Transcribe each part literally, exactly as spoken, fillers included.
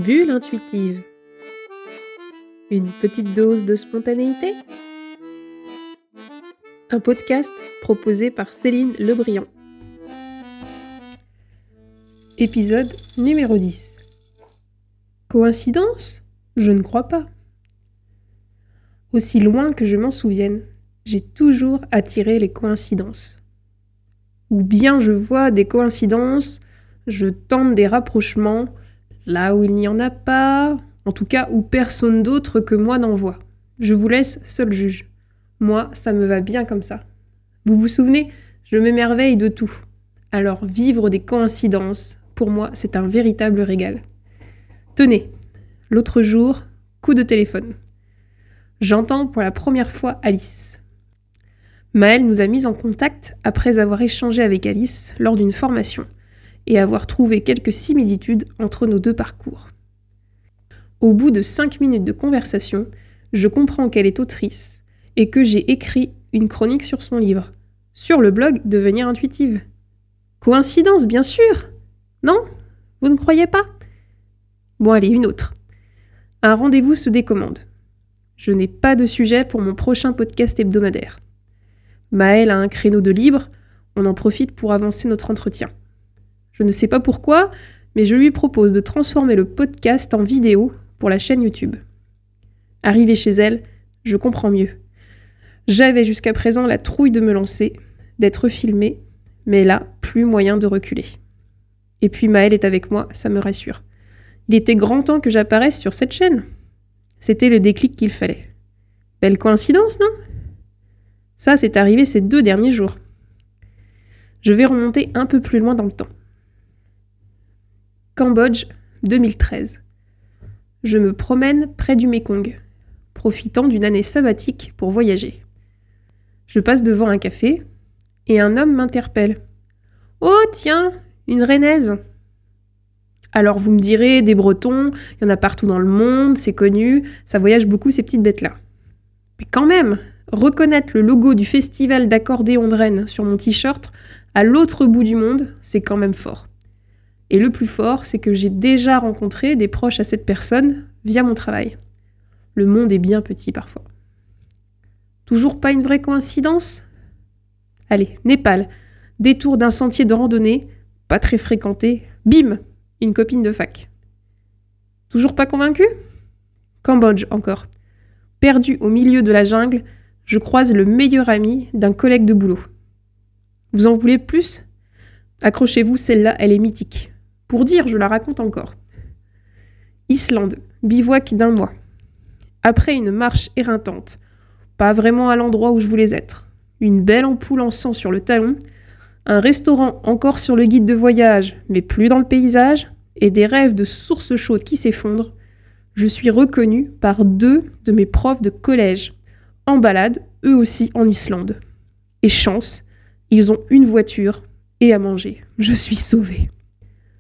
Bulle intuitive. Une petite dose de spontanéité. Un podcast proposé par Céline Lebriand. Épisode numéro dix. Coïncidence ? Je ne crois pas. Aussi loin que je m'en souvienne, j'ai toujours attiré les coïncidences. Ou bien je vois des coïncidences, je tente des rapprochements, là où il n'y en a pas, en tout cas où personne d'autre que moi n'en voit. Je vous laisse seul juge. Moi, ça me va bien comme ça. Vous vous souvenez, je m'émerveille de tout. Alors vivre des coïncidences, pour moi, c'est un véritable régal. Tenez, l'autre jour, coup de téléphone. J'entends pour la première fois Alice. Maëlle nous a mis en contact après avoir échangé avec Alice lors d'une formation et avoir trouvé quelques similitudes entre nos deux parcours. Au bout de cinq minutes de conversation, je comprends qu'elle est autrice et que j'ai écrit une chronique sur son livre, sur le blog Devenir intuitive. Coïncidence, bien sûr! Non? Vous ne croyez pas? Bon, allez, une autre. Un rendez-vous se décommande. Je n'ai pas de sujet pour mon prochain podcast hebdomadaire. Maëlle a un créneau de libre, on en profite pour avancer notre entretien. Je ne sais pas pourquoi, mais je lui propose de transformer le podcast en vidéo pour la chaîne YouTube. Arrivée chez elle, je comprends mieux. J'avais jusqu'à présent la trouille de me lancer, d'être filmée, mais là, plus moyen de reculer. Et puis Maëlle est avec moi, ça me rassure. Il était grand temps que j'apparaisse sur cette chaîne. C'était le déclic qu'il fallait. Belle coïncidence, non ? Ça, c'est arrivé ces deux derniers jours. Je vais remonter un peu plus loin dans le temps. Cambodge, deux mille treize. Je me promène près du Mékong, profitant d'une année sabbatique pour voyager. Je passe devant un café et un homme m'interpelle. « Oh, tiens, une rennaise !» Alors vous me direz, des Bretons, il y en a partout dans le monde, c'est connu, ça voyage beaucoup ces petites bêtes-là. Mais quand même, reconnaître le logo du festival d'accordéon de Rennes sur mon t-shirt à l'autre bout du monde, c'est quand même fort. Et le plus fort, c'est que j'ai déjà rencontré des proches à cette personne via mon travail. Le monde est bien petit parfois. Toujours pas une vraie coïncidence ? Allez, Népal, détour d'un sentier de randonnée, pas très fréquenté, bim, une copine de fac. Toujours pas convaincu ? Cambodge encore. Perdu au milieu de la jungle, je croise le meilleur ami d'un collègue de boulot. Vous en voulez plus ? Accrochez-vous, celle-là, elle est mythique. Pour dire, je la raconte encore. Islande, bivouac d'un mois. Après une marche éreintante, pas vraiment à l'endroit où je voulais être, une belle ampoule en sang sur le talon, un restaurant encore sur le guide de voyage, mais plus dans le paysage, et des rêves de sources chaudes qui s'effondrent, je suis reconnue par deux de mes profs de collège, en balade, eux aussi en Islande. Et chance, ils ont une voiture et à manger. Je suis sauvée. Quoi ?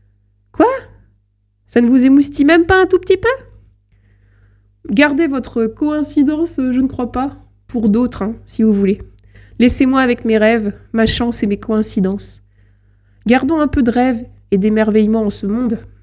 Ça ne vous émoustille même pas un tout petit peu ? Gardez votre coïncidence, je ne crois pas, pour d'autres, hein, si vous voulez. Laissez-moi avec mes rêves, ma chance et mes coïncidences. Gardons un peu de rêve et d'émerveillement en ce monde.